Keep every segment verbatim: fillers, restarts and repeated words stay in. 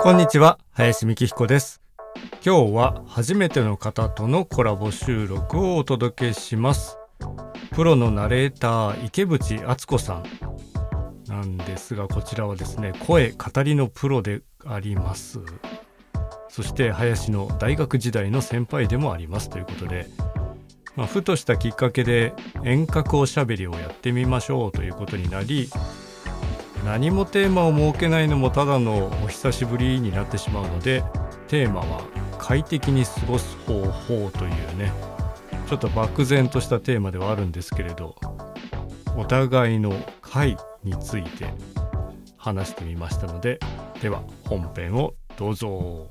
こんにちは、林美希彦です。今日は初めての方とのコラボ収録をお届けします。プロのナレーター池渕敦子さんなんですが、こちらはですね、声語りのプロであります。そして林の大学時代の先輩でもありますということで、まあ、ふとしたきっかけで遠隔おしゃべりをやってみましょうということになり、何もテーマを設けないのもただのお久しぶりになってしまうので、テーマは快適に過ごす方法というね、ちょっと漠然としたテーマではあるんですけれど、お互いの快について話してみましたので、では本編をどうぞ。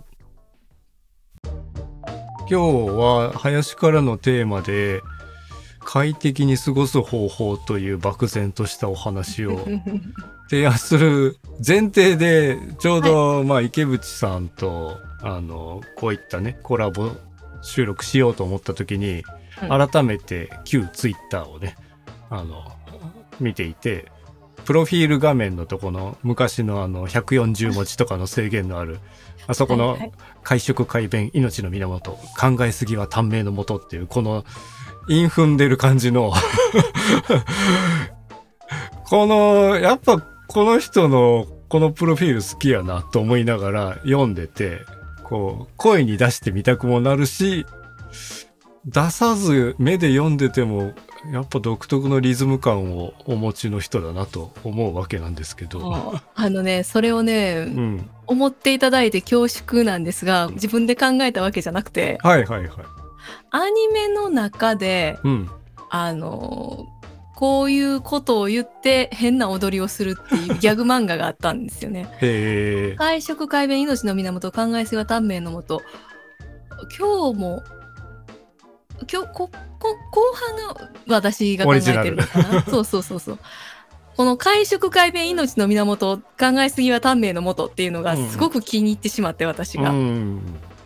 今日は林からのテーマで快適に過ごす方法という漠然としたお話を提案する前提で、ちょうど、はい、まあ池渕さんとあのこういったねコラボ収録しようと思った時に、うん、改めて旧ツイッターをねあの見ていて、プロフィール画面のとこの昔のあのひゃくよんじゅうもじとかの制限のあるあそこの会食快便命の源、考えすぎは短命のもとっていうこの韻踏んでる感じのこのやっぱこの人のこのプロフィール好きやなと思いながら読んでて、こう声に出してみたくもなるし、出さず目で読んでてもやっぱ独特のリズム感をお持ちの人だなと思うわけなんですけど、 あ, あのねそれをね、うん、思っていただいて恐縮なんですが、自分で考えたわけじゃなくて、 はいはいはい、 アニメの中で、うん、あのこういうことを言って変な踊りをするっていうギャグ漫画があったんですよね。 へー。 会食快便命の源、考えすぎは短命のもと。今日も今日ここ後半が私が考えてるのかなそうそうそうそう。この会食快便命の源、考えすぎは短命のもとっていうのがすごく気に入ってしまって、私が、うん、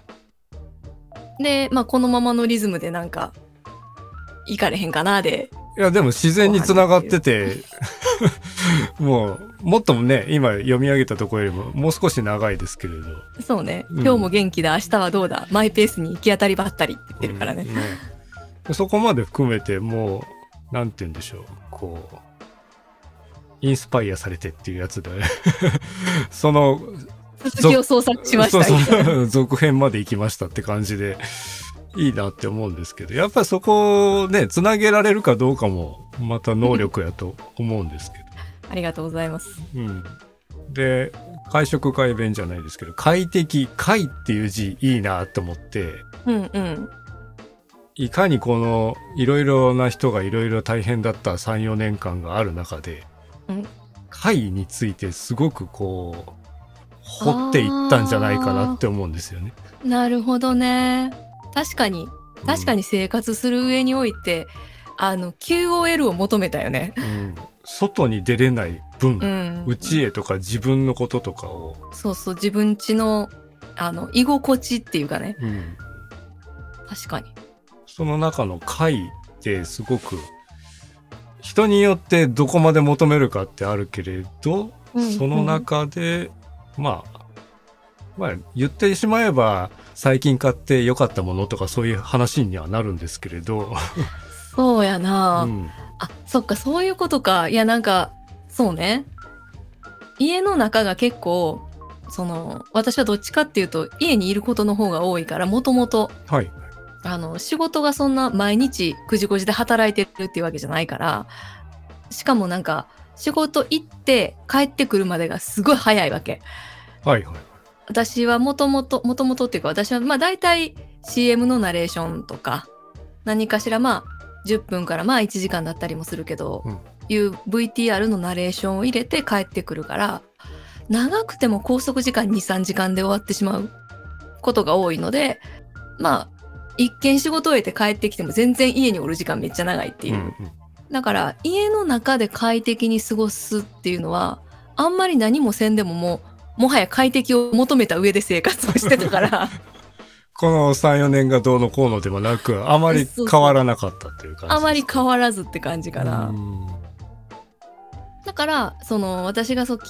で、まあ、このままのリズムでなんかいかれへんかなで、 いやでも自然につながっててもうもっともね今読み上げたところよりももう少し長いですけれど、 そうね、うん、今日も元気だ、明日はどうだ、マイペースに行き当たりばったりって言ってるからね、うんね、 そこまで含めてもうなんて言うんでしょう、こうインスパイアされてっていうやつでその続きを創作しましたそうそう続編まで行きましたって感じでいいなって思うんですけど、やっぱりそこをねつなげられるかどうかもまた能力やと思うんですけどありがとうございます、 うん、で会食快便じゃないですけど、快適、快っていう字いいなと思って、 うんうん、 いかにこのいろいろな人がいろいろ大変だったさん、よねんかんがある中で、うん、快についてすごくこう掘っていったんじゃないかなって思うんですよね。 なるほどね。確かに確かに生活する上において、うん、あの キューオーエル を求めたよね、 うん、外に出れない分、うん、内へとか自分のこととかを、 そうそう、自分家のあの居心地っていうかね、うん、確かにその中の快ってすごく人によってどこまで求めるかってあるけれど、うん、その中で、うん、まあまあ言ってしまえば最近買って良かったものとかそういう話にはなるんですけれどそうやな、うん、あ、そっか、そういうことか。いやなんかそうね、家の中が結構その私はどっちかっていうと家にいることの方が多いから、もともとあの仕事がそんな毎日くじこじで働いてるっていうわけじゃないから、しかもなんか仕事行って帰ってくるまでがすごい早いわけ。 はいはい。 私はもともともともとっていうか、私はまあ大体 シーエム のナレーションとか何かしらまあじゅっぷんからまあいちじかんだったりもするけど、うん、いう ブイティーアール のナレーションを入れて帰ってくるから、長くても拘束時間 にさんじかんで終わってしまうことが多いので、まあ一見仕事を終えて帰ってきても全然家におる時間めっちゃ長いっていう、うんうん、だから家の中で快適に過ごすっていうのはあんまり何もせんでももうもはや快適を求めた上で生活をしてたからこのさん、よねんがどうのこうのでもなく、あまり変わらなかったっていう感じですか。 あまり変わらずって感じかな。だからその私がそう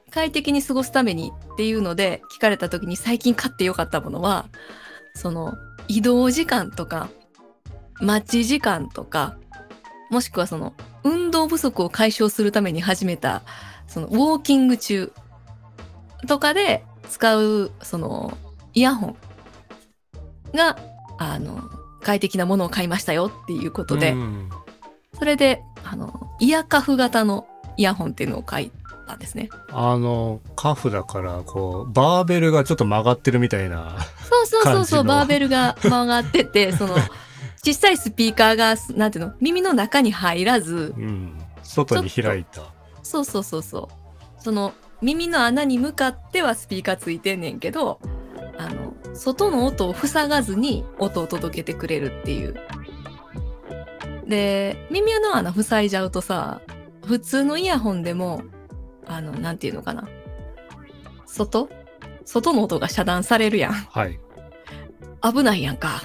快適に過ごすためにっていうので聞かれた時に最近買ってよかったものは、その移動時間とか待ち時間とか、もしくはその運動不足を解消するために始めたそのウォーキング中とかで使うそのイヤホンがあの快適なものを買いましたよっていうことで、それであのイヤカフ型のイヤホンっていうのを買ったんですね。 あのカフだからこうバーベルがちょっと曲がってるみたいなそうそうそうそう、バーベルが曲がっててその小さいスピーカーがなんていうの、耳の中に入らず、 うん、外に開いた。 そうそうそうそう、その耳の穴に向かってはスピーカーついてんねんけど、あの外の音を塞がずに音を届けてくれるっていう。で耳の穴塞いじゃうとさ、普通のイヤホンでもあのなんていうのかな、外外の音が遮断されるやん。 はい。 危ないやんか。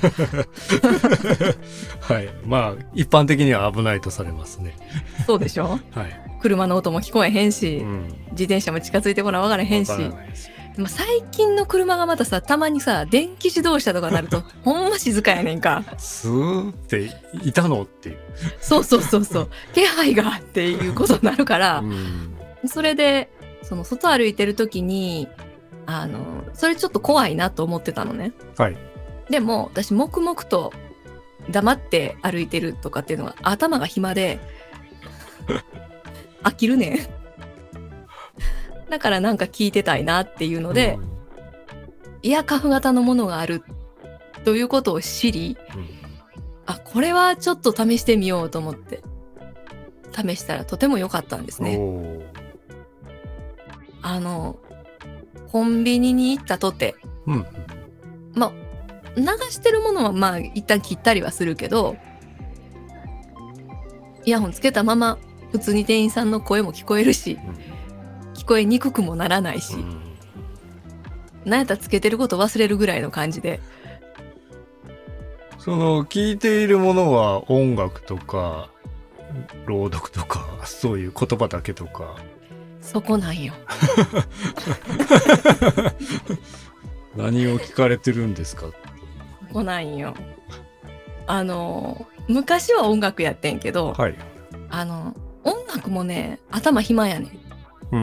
はい。まあ一般的には危ないとされますね。 そうでしょ。 はい。 車の音も聞こえへんし、うん、自転車も近づいてこな分からへんし。でも最近の車がまたさ、たまにさ電気自動車とかなるとほんま静かやねんか。 スーっていたのっていう。 そうそうそうそう。気配がっていうことになるから、うん、それでその外歩いてる時に。あのそれちょっと怖いなと思ってたのね。 はい。 でも私黙々と黙って歩いてるとかっていうのは頭が暇で飽きるね。だからなんか聞いてたいなっていうので、うん、イヤカフ型のものがあるということを知り、うん、あ、これはちょっと試してみようと思って試したらとても良かったんですね。あのコンビニに行ったとて、うん、まあ流してるものはまあ一旦切ったりはするけど、イヤホンつけたまま普通に店員さんの声も聞こえるし、うん、聞こえにくくもならないし、うん、なんやったらつけてること忘れるぐらいの感じで。 その聞いているものは音楽とか朗読とかそういう言葉だけとか。 そこなんよ。 何を聞かれてるんですか。 そこなんよ。あの昔は音楽やってんけど、はい、あの音楽もね頭暇やねん。うん、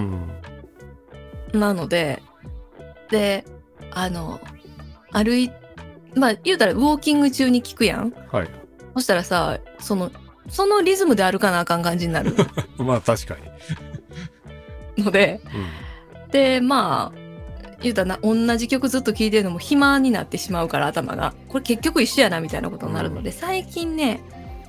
なのでであの歩いまあ言うたらウォーキング中に聞くやん。はい。そしたらさそのそのリズムで歩かなあかん感じになる。 まあ確かに。 ので、うん、でまあ言うたらな同じ曲ずっと聴いてるのも暇になってしまうから頭がこれ結局一緒やなみたいなことになるので、うん、最近ね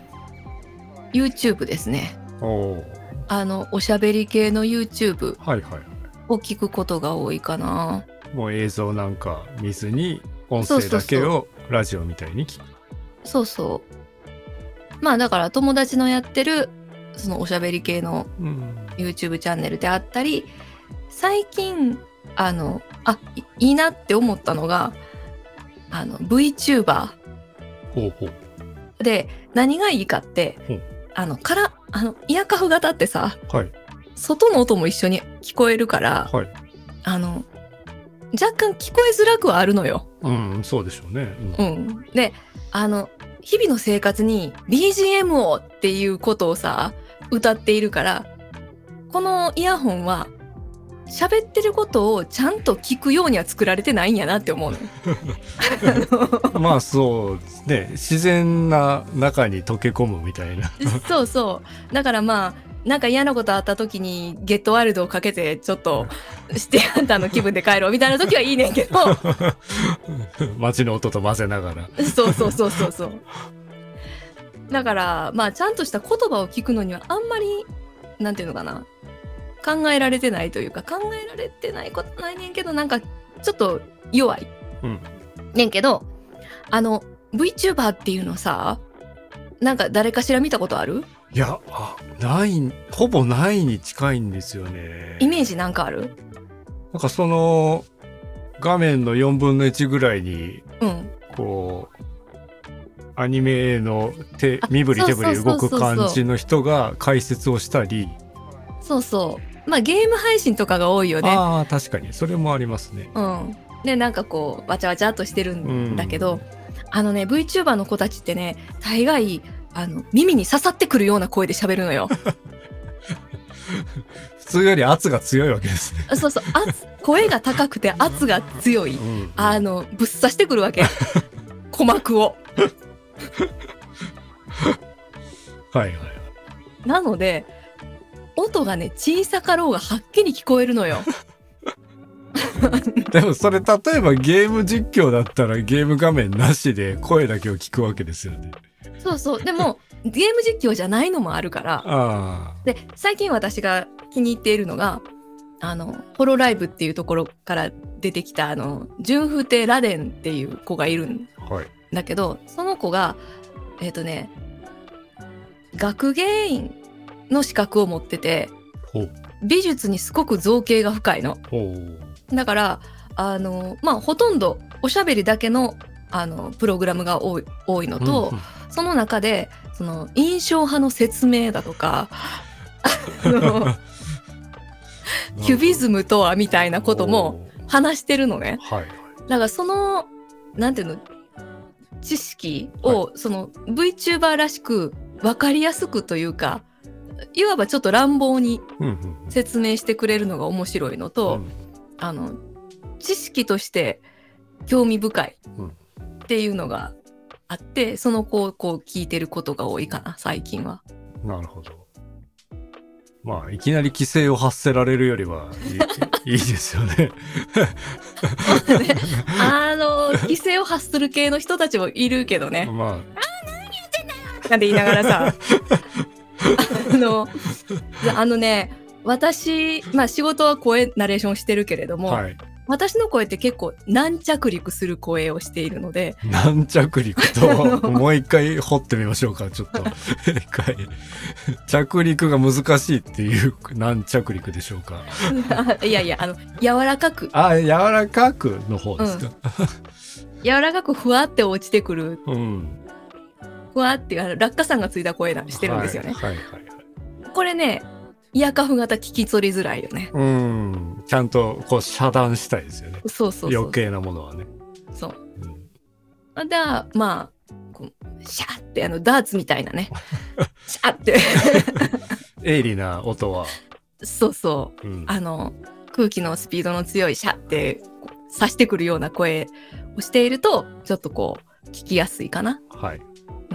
YouTube ですね。おあのおしゃべり系の YouTube を聞くことが多いかな。はいはい、 もう映像なんか見ずに音声だけをラジオみたいに聞く。 そうそうまあだから友達のやってるそのおしゃべり系の YouTube チャンネルであったり、うん、最近あのあ い, いいなって思ったのがあの VTuber ほうほうで何がいいかってあのからあのイヤカフ型ってさ、はい、外の音も一緒に聞こえるから、はい、あの若干聞こえづらくはあるのよ。 うん、そうでしょうね。 うん。うん、で、あの日々の生活に ビージーエム をっていうことをさ歌っているから、このイヤホンは喋ってることをちゃんと聞くようには作られてないんやなって思うの。まあそうですね。自然な中に溶け込むみたいな。 そうそう。だからまあ。なんか嫌なことあった時にゲットワイルドをかけてちょっとシティハンターの気分で帰ろうみたいな時はいいねんけど街の音と混ぜながらそうそうそうそうそうだからまあちゃんとした言葉を聞くのにはあんまりなんていうのかな考えられてないというか考えられてないことないねんけどなんかちょっと弱い、うん、ねんけどあの VTuber っていうのさなんか誰かしら見たことある？ いやあないほぼないに近いんですよね。 イメージなんかある？ なんかその画面のよんぶんのいちぐらいに、うん、こうアニメの手身振り手振り動く感じの人が解説をしたりそうそうまあゲーム配信とかが多いよね。 ああ確かにそれもありますね。 うん。でなんかこうわちゃわちゃっとしてるんだけど、うん、あのね VTuber の子たちってね大概あの耳に刺さってくるような声で喋るのよ。 普通より圧が強いわけですね。 そうそう圧声が高くて圧が強い、うん、あのぶっ刺してくるわけ。鼓膜を。 はいはい。 なので音がね小さかろうがはっきり聞こえるのよ。 でもそれ例えばゲーム実況だったらゲーム画面なしで声だけを聞くわけですよね。 そうそうでもゲーム実況じゃないのもあるから。 あで最近私が気に入っているのがあのホロライブっていうところから出てきたあの純風亭ラデンっていう子がいるんだけど、はい、その子がえっとね学芸員の資格を持ってて美術にすごく造詣が深いの。だからあのまあほとんどおしゃべりだけのあのプログラムが多い、多いのと、うんうん、その中でその印象派の説明だとかあのキュビズムとはみたいなことも話してるのね。はい、だからそのなんていうの知識を、はい、その VTuber らしく分かりやすくというかいわばちょっと乱暴に説明してくれるのが面白いのと、うん、あの知識として興味深いっていうのがあって、その子をこう聞いてることが多いかな最近は。 なるほど。まあいきなり規制を発せられるよりはいい, いいですよね。ねあの規制を発する系の人たちもいるけどね。まあ、あー何言ってんだよなんて言いながらさあのあのね私、まあ、仕事は声ナレーションしてるけれども、はい、私の声って結構軟着陸する声をしているので。 軟着陸ともう一回掘ってみましょうかちょっと一回着陸が難しいっていう軟着陸でしょうか。 いやいやあの柔らかくあ柔らかくの方ですか、うん、 柔らかくふわって落ちてくる、うん、ふわってあの落下傘がついた声してるんですよね、はいはいはいはい、これねイヤカフ型聞き取りづらいよね。 うんちゃんとこう遮断したいですよね。 そうそうそう余計なものはね。 そう、うん、でまあこうシャーってあのダーツみたいなねシャーって鋭利な音はそうそう、うん、あの空気のスピードの強いシャーって刺してくるような声をしているとちょっとこう聞きやすいかな。 はい、 うん、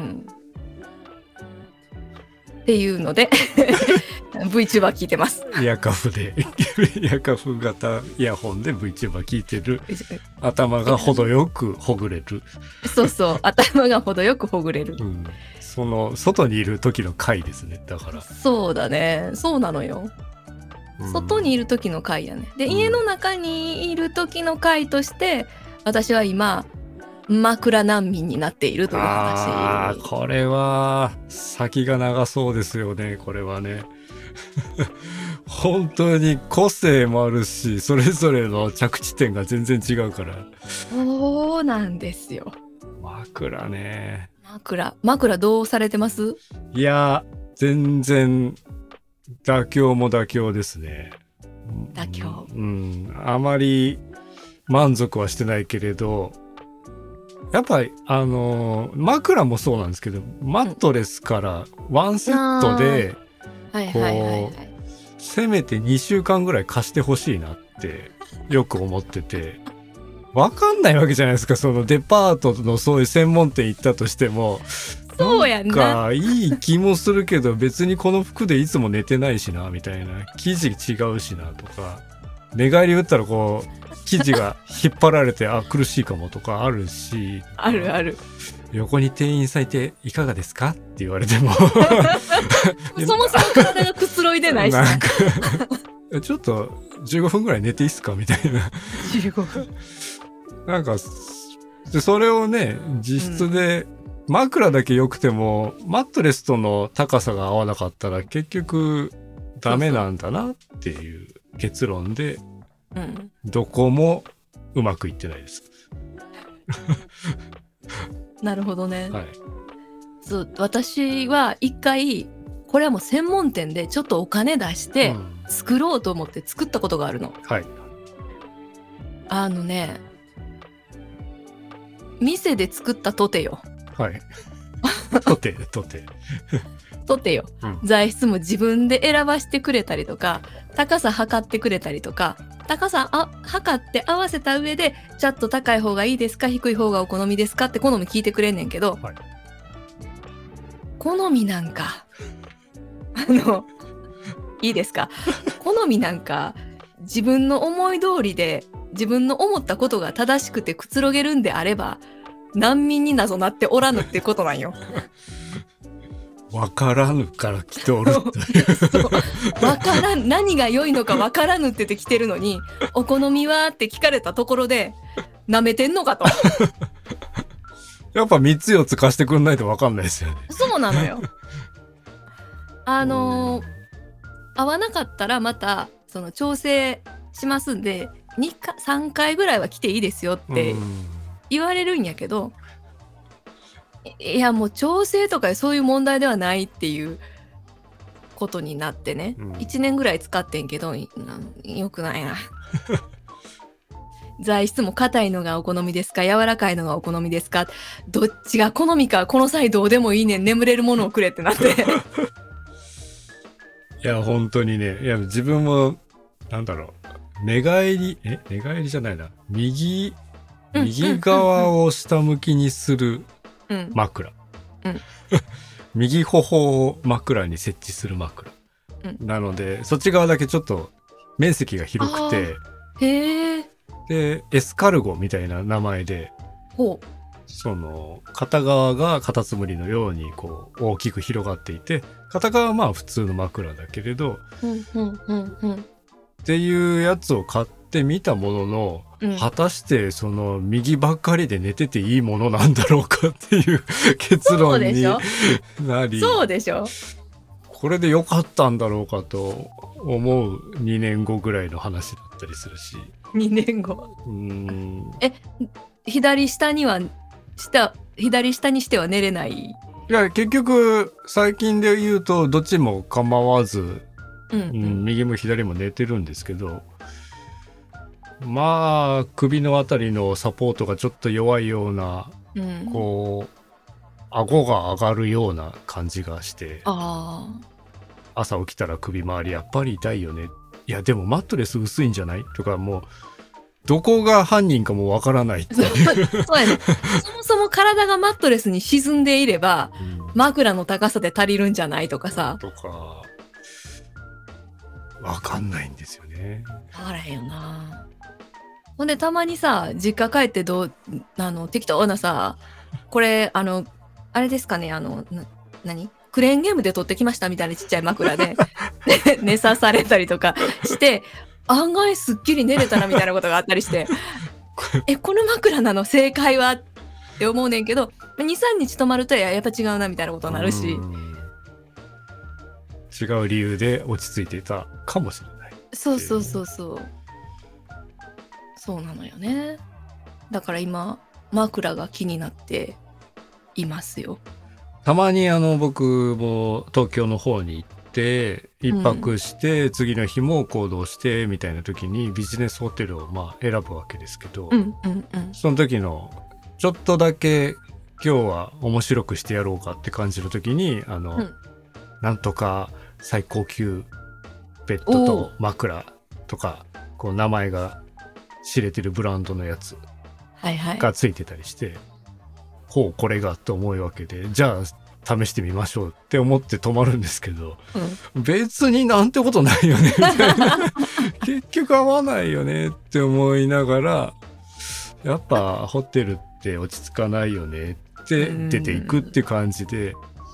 っていうのでVTuber 聞いてます。 イヤカフでイヤカフ型イヤホンで VTuber 聞いてる。頭が程よくほぐれる。 そうそう頭が程よくほぐれる、 うん、その外にいる時の回ですね。だからそうだねそうなのよ、うん、外にいる時の回やね。で、うん、家の中にいる時の回として私は今枕難民になっているという話。 あーこれは先が長そうですよねこれはね。本当に個性もあるしそれぞれの着地点が全然違うから。 そうなんですよ。 枕ね。 枕枕どうされてます？ いや全然妥協も妥協ですね。 妥協、 うん、あまり満足はしてないけれどやっぱりあのー、枕もそうなんですけどマットレスからワンセットで、うん、こう、はいはいはいはい、せめてにしゅうかんぐらい貸してほしいなってよく思っててわかんないわけじゃないですか。そのデパートのそういう専門店行ったとしてもそうやんな、 なんかいい気もするけど別にこの服でいつも寝てないしなみたいな生地違うしなとか寝返り打ったらこう生地が引っ張られてあ苦しいかもとかあるしあるある。 横に店員さんいていかがですかって言われてもそもそも体がくつろいでないしなんかちょっとじゅうごふんぐらい寝ていいっすかみたいなじゅうごふんなんかでそれをね実質で、うん枕だけ良くてもマットレスとの高さが合わなかったら結局ダメなんだなっていう結論でそうそう、うん、 どこもうまくいってないですなるほどね、 はい、 そう私は一回これはもう専門店でちょっとお金出して作ろうと思って作ったことがあるの、 うん、はい。 あのね店で作ったとてよ。 はいとてとてとてよ、うん、材質も自分で選ばしてくれたりとか、高さ測ってくれたりとか、高さあ測って合わせた上でちょっと高い方がいいですか低い方がお好みですかって好み聞いてくれんねんけど、はい、好みなんかあのいいですか好みなんか自分の思い通りで自分の思ったことが正しくてくつろげるんであれば難民に謎なっておらぬってことなんよ。 わからぬから来ておるっていうわからん、何が良いのかわからぬって言って来てるのに、お好みはって聞かれたところでなめてんのかとやっぱみっつよっつ貸してくんないとわかんないですよね。 そうなのよ。あのー、合わなかったらまたその調整しますんでにかさんかいぐらいは来ていいですよって言われるんやけど、いやもう調整とかそういう問題ではないっていうことになってね、うん、いちねんぐらい使ってんけどよくないな材質も硬いのがお好みですか柔らかいのがお好みですか、どっちが好みかこの際どうでもいいねん、眠れるものをくれってなっていや本当にね、いや自分もなんだろう、寝返りえ寝返りじゃないな、右右側を下向きにする枕、うんうん、右頬を枕に設置する枕、うん、なのでそっち側だけちょっと面積が広くて、 へー、 でエスカルゴみたいな名前で、 ほう、 その片側がカタツムリのようにこう大きく広がっていて、片側はまあ普通の枕だけれど、 うんうんうんうん、 っていうやつを買ってみたものの、うん、果たしてその右ばっかりで寝てていいものなんだろうかっていう結論になり、 そうでしょ、 これで良かったんだろうかと思うにねんごぐらいの話だったりするし。 にねんご、 うーん、 え左下には下左下にしては寝れない？いや結局最近で言うとどっちも構わず、うんうん、右も左も寝てるんですけど、まあ首のあたりのサポートがちょっと弱いような、うん、こう顎が上がるような感じがして、 あ朝起きたら首周りやっぱり痛いよね、いやでもマットレス薄いんじゃないとか、もうどこが犯人かもわからないっていうそうやね、そもそも体がマットレスに沈んでいれば、うん、枕の高さで足りるんじゃないとかさ、 とかわかんないんですよね。 あらへんよな。ほんでたまにさ実家帰ってどうあの適当なさ、これあのあれですかね、あのな何クレーンゲームで取ってきましたみたいなちっちゃい枕で寝さされたりとかして案外すっきり寝れたなみたいなことがあったりしてえこの枕なの正解はって思うねんけど、にさんにち泊まるとやっぱ違うなみたいなことになるし、 違う理由で落ち着いていたかもしれない。 そうそうそうそうそうなのよね。だから今枕が気になっていますよ。 たまにあの僕も東京の方に行って一泊して次の日も行動してみたいな時にビジネスホテルをまあ選ぶわけですけど、 うんうんうん、 その時のちょっとだけ今日は面白くしてやろうかって感じの時にあの、うん、なんとか最高級ベッドと枕とかこう名前が知れてるブランドのやつがついてたりして、はいはい、ほうこれがと思うわけで、じゃあ試してみましょうって思って泊まるんですけど、うん、別になんてことないよねみたいな結局合わないよねって思いながら、やっぱホテルって落ち着かないよねって出ていくって感じで、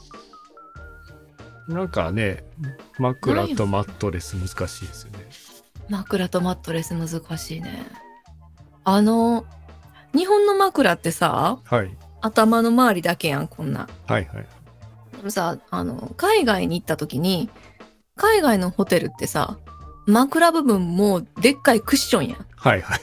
なんかね枕とマットレス難しいですよね。 枕とマットレス難しいね。あの日本の枕ってさ、 はい、 頭の周りだけやんこんな。 はいはい。 でもさあの海外に行った時に海外のホテルってさ枕部分もでっかいクッションやん。 はいはい。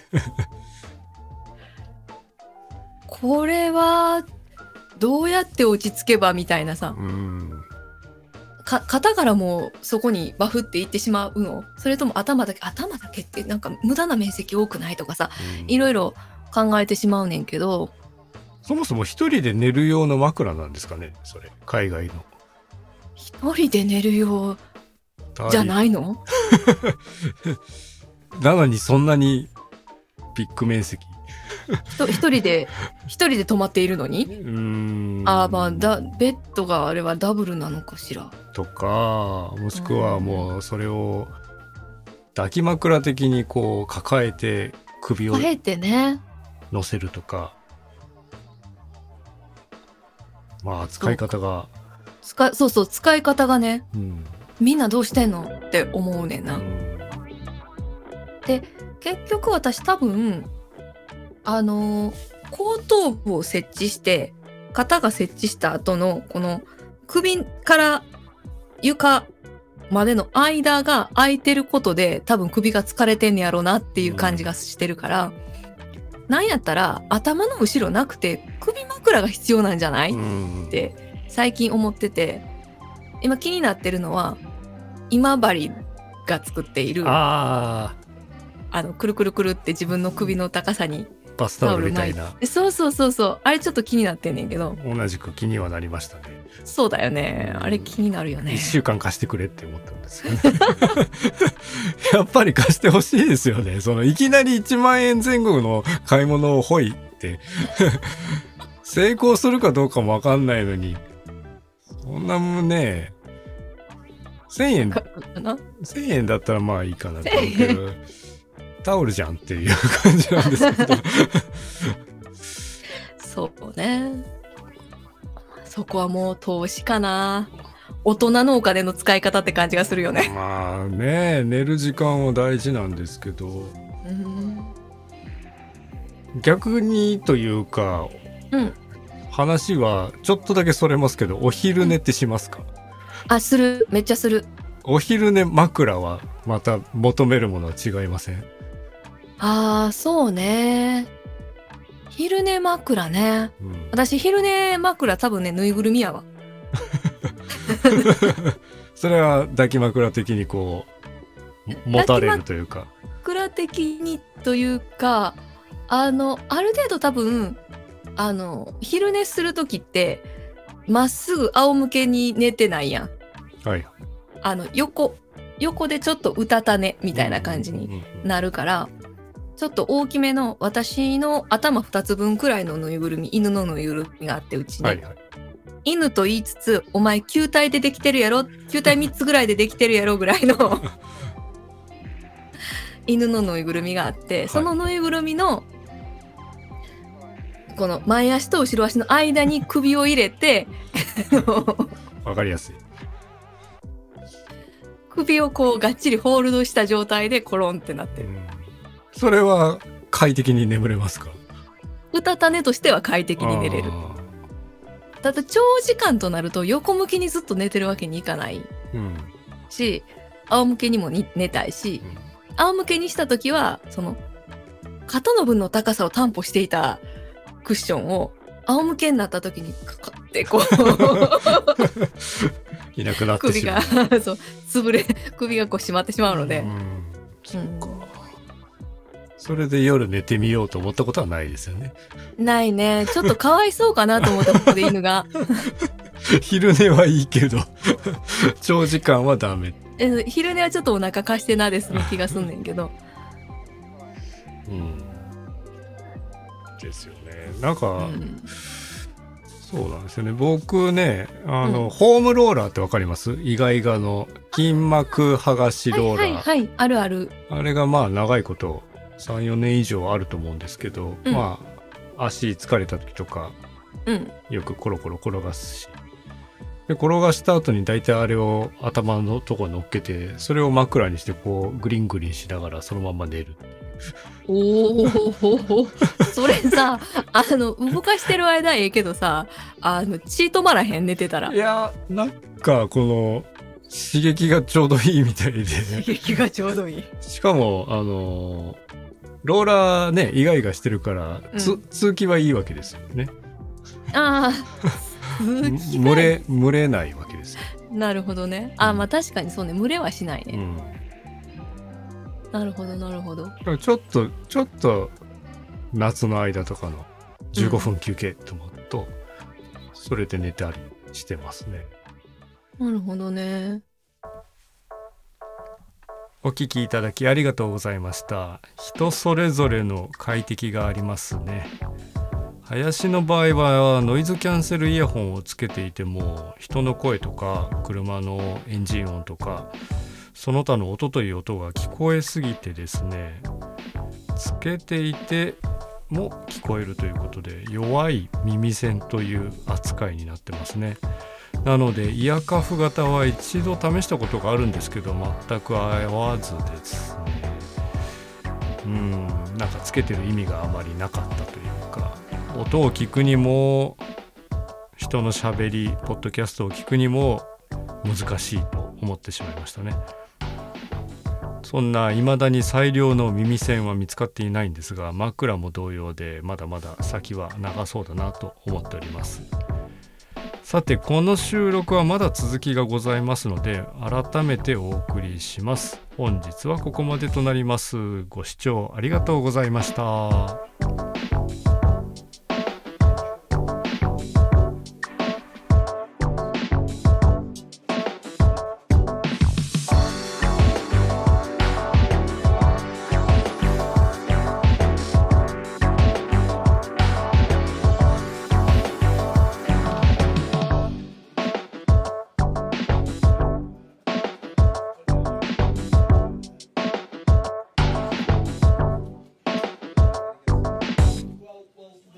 これはどうやって落ち着けばみたいなさ、 うんか肩からもそこにバフっていってしまうの？それとも頭だけ頭だけってなんか無駄な面積多くないとかさ、うん、いろいろ考えてしまうねんけど、 そもそも一人で寝る用の枕なんですかね、それ。海外の一人で寝る用じゃないの？ なのにそんなにビッグ面積一人で一人で泊まっているのに、うーん、あまあだベッドがあれはダブルなのかしらとか、もしくはもうそれを抱き枕的にこう抱えて首を抱えてね乗せるとか、まあ使い方が使そうそう使い方がね、うん、みんなどうしてんのって思うねんな、うん、で結局私多分あのー、後頭部を設置して肩が設置した後のこの首から床までの間が空いてることで多分首が疲れてんねやろうなっていう感じがしてるから、うん、なんやったら頭の後ろなくて首枕が必要なんじゃない、うん、って最近思ってて、今気になってるのは今治が作っているああのくるくるくるって自分の首の高さにバスタオルみたいな、 そうそうそうそう、あれちょっと気になってんねんけど。 同じく気にはなりましたね。 そうだよね、あれ気になるよね。 いっしゅうかん貸してくれって思ったんですよねやっぱり貸してほしいですよね。そのいきなりいちまんえんぜん後の買い物をほいって成功するかどうかも分かんないのに、そんなもんね、せんえんせんえんだったらまあいいかなと思うけどタオルじゃんっていう感じなんですけどそうね、そこはもう投資かな。大人のお金の使い方って感じがするよね。 まあね、寝る時間は大事なんですけど、うん、逆にというか、うん、話はちょっとだけそれますけど、お昼寝ってしますか？うん、 あ、する、めっちゃする。 お昼寝枕はまた求めるものは違いません？ ああ、そうね。昼寝枕ね、うん、私昼寝枕多分ねぬいぐるみやわそれは抱き枕的にこう持たれるというか、 枕的にというか、あのある程度多分あの昼寝する時ってまっすぐ仰向けに寝てないやん、はい、あの横横でちょっとうたた寝みたいな感じになるから、うんうんうんうん、ちょっと大きめの私の頭ふたつぶんくらいのぬいぐるみ、犬のぬいぐるみがあって、うちに、はいはい、犬と言いつつお前球体でできてるやろ、球体みっつぐらいでできてるやろぐらいの犬のぬいぐるみがあって、そのぬいぐるみのこの前足と後ろ足の間に首を入れてわかりやすい、 首をこうがっちりホールドした状態でコロンってなってる。 それは快適に眠れますか？ うたた寝としては快適に寝れる。ただ長時間となると横向きにずっと寝てるわけにいかない、うん、し、仰向けにも寝たいし、うん、仰向けにした時はその肩の分の高さを担保していたクッションを仰向けになった時にかかってこういなくなってしまう、 首がそう潰れ首がこう締まってしまうので、うん、 そっか、それで夜寝てみようと思ったことはないですよね。 ないね。ちょっとかわいそうかなと思ったここで犬が昼寝はいいけど長時間はダメ。 え昼寝はちょっとお腹貸してなですの気がすんねんけどうんですよね。なんか、うん、そうなんですよね。僕ね、あの、うん、ホームローラーってわかります？イガイガの筋膜剥がしローラー、はいはいはい、 あるある。 あれがまあ長いことさん、よねん以上あると思うんですけど、うん、まあ足疲れた時とか、うん、よくコロコロ転がすし、で転がした後に大体あれを頭のとこに乗っけて、それを枕にしてこうグリングリンしながらそのまま寝る。 おおそれさ、あの動かしてる間ええけどさ、あの血止まらへん、寝てたら。 いや、なんかこの刺激がちょうどいいみたいで刺激がちょうどいい。 しかもあのローラーね、イガイガしてるから、うん、通気はいいわけですよね。 ああ、 蒸れ蒸れないわけですよ。 なるほどね。あ、まあ確かにそうね、蒸れはしないね。 うん、 なるほどなるほど。 ちょっとちょっと夏の間とかのじゅうごふん休憩と思うと、うん、それで寝たりしてますね。 なるほどね。 お聞きいただきありがとうございました。人それぞれの快適がありますね。林の場合はノイズキャンセルイヤホンをつけていても、人の声とか車のエンジン音とかその他の音という音が聞こえすぎてですね、つけていても聞こえるということで、弱い耳栓という扱いになってますね。なのでイヤカフ型は一度試したことがあるんですけど、全く合わずですね、うん、なんかつけてる意味があまりなかったというか、音を聞くにも人のしゃべり、ポッドキャストを聞くにも難しいと思ってしまいましたね。そんな未だに最良の耳栓は見つかっていないんですが、枕も同様でまだまだ先は長そうだなと思っております。さて、この収録はまだ続きがございますので改めてお送りします。本日はここまでとなります。ご視聴ありがとうございました。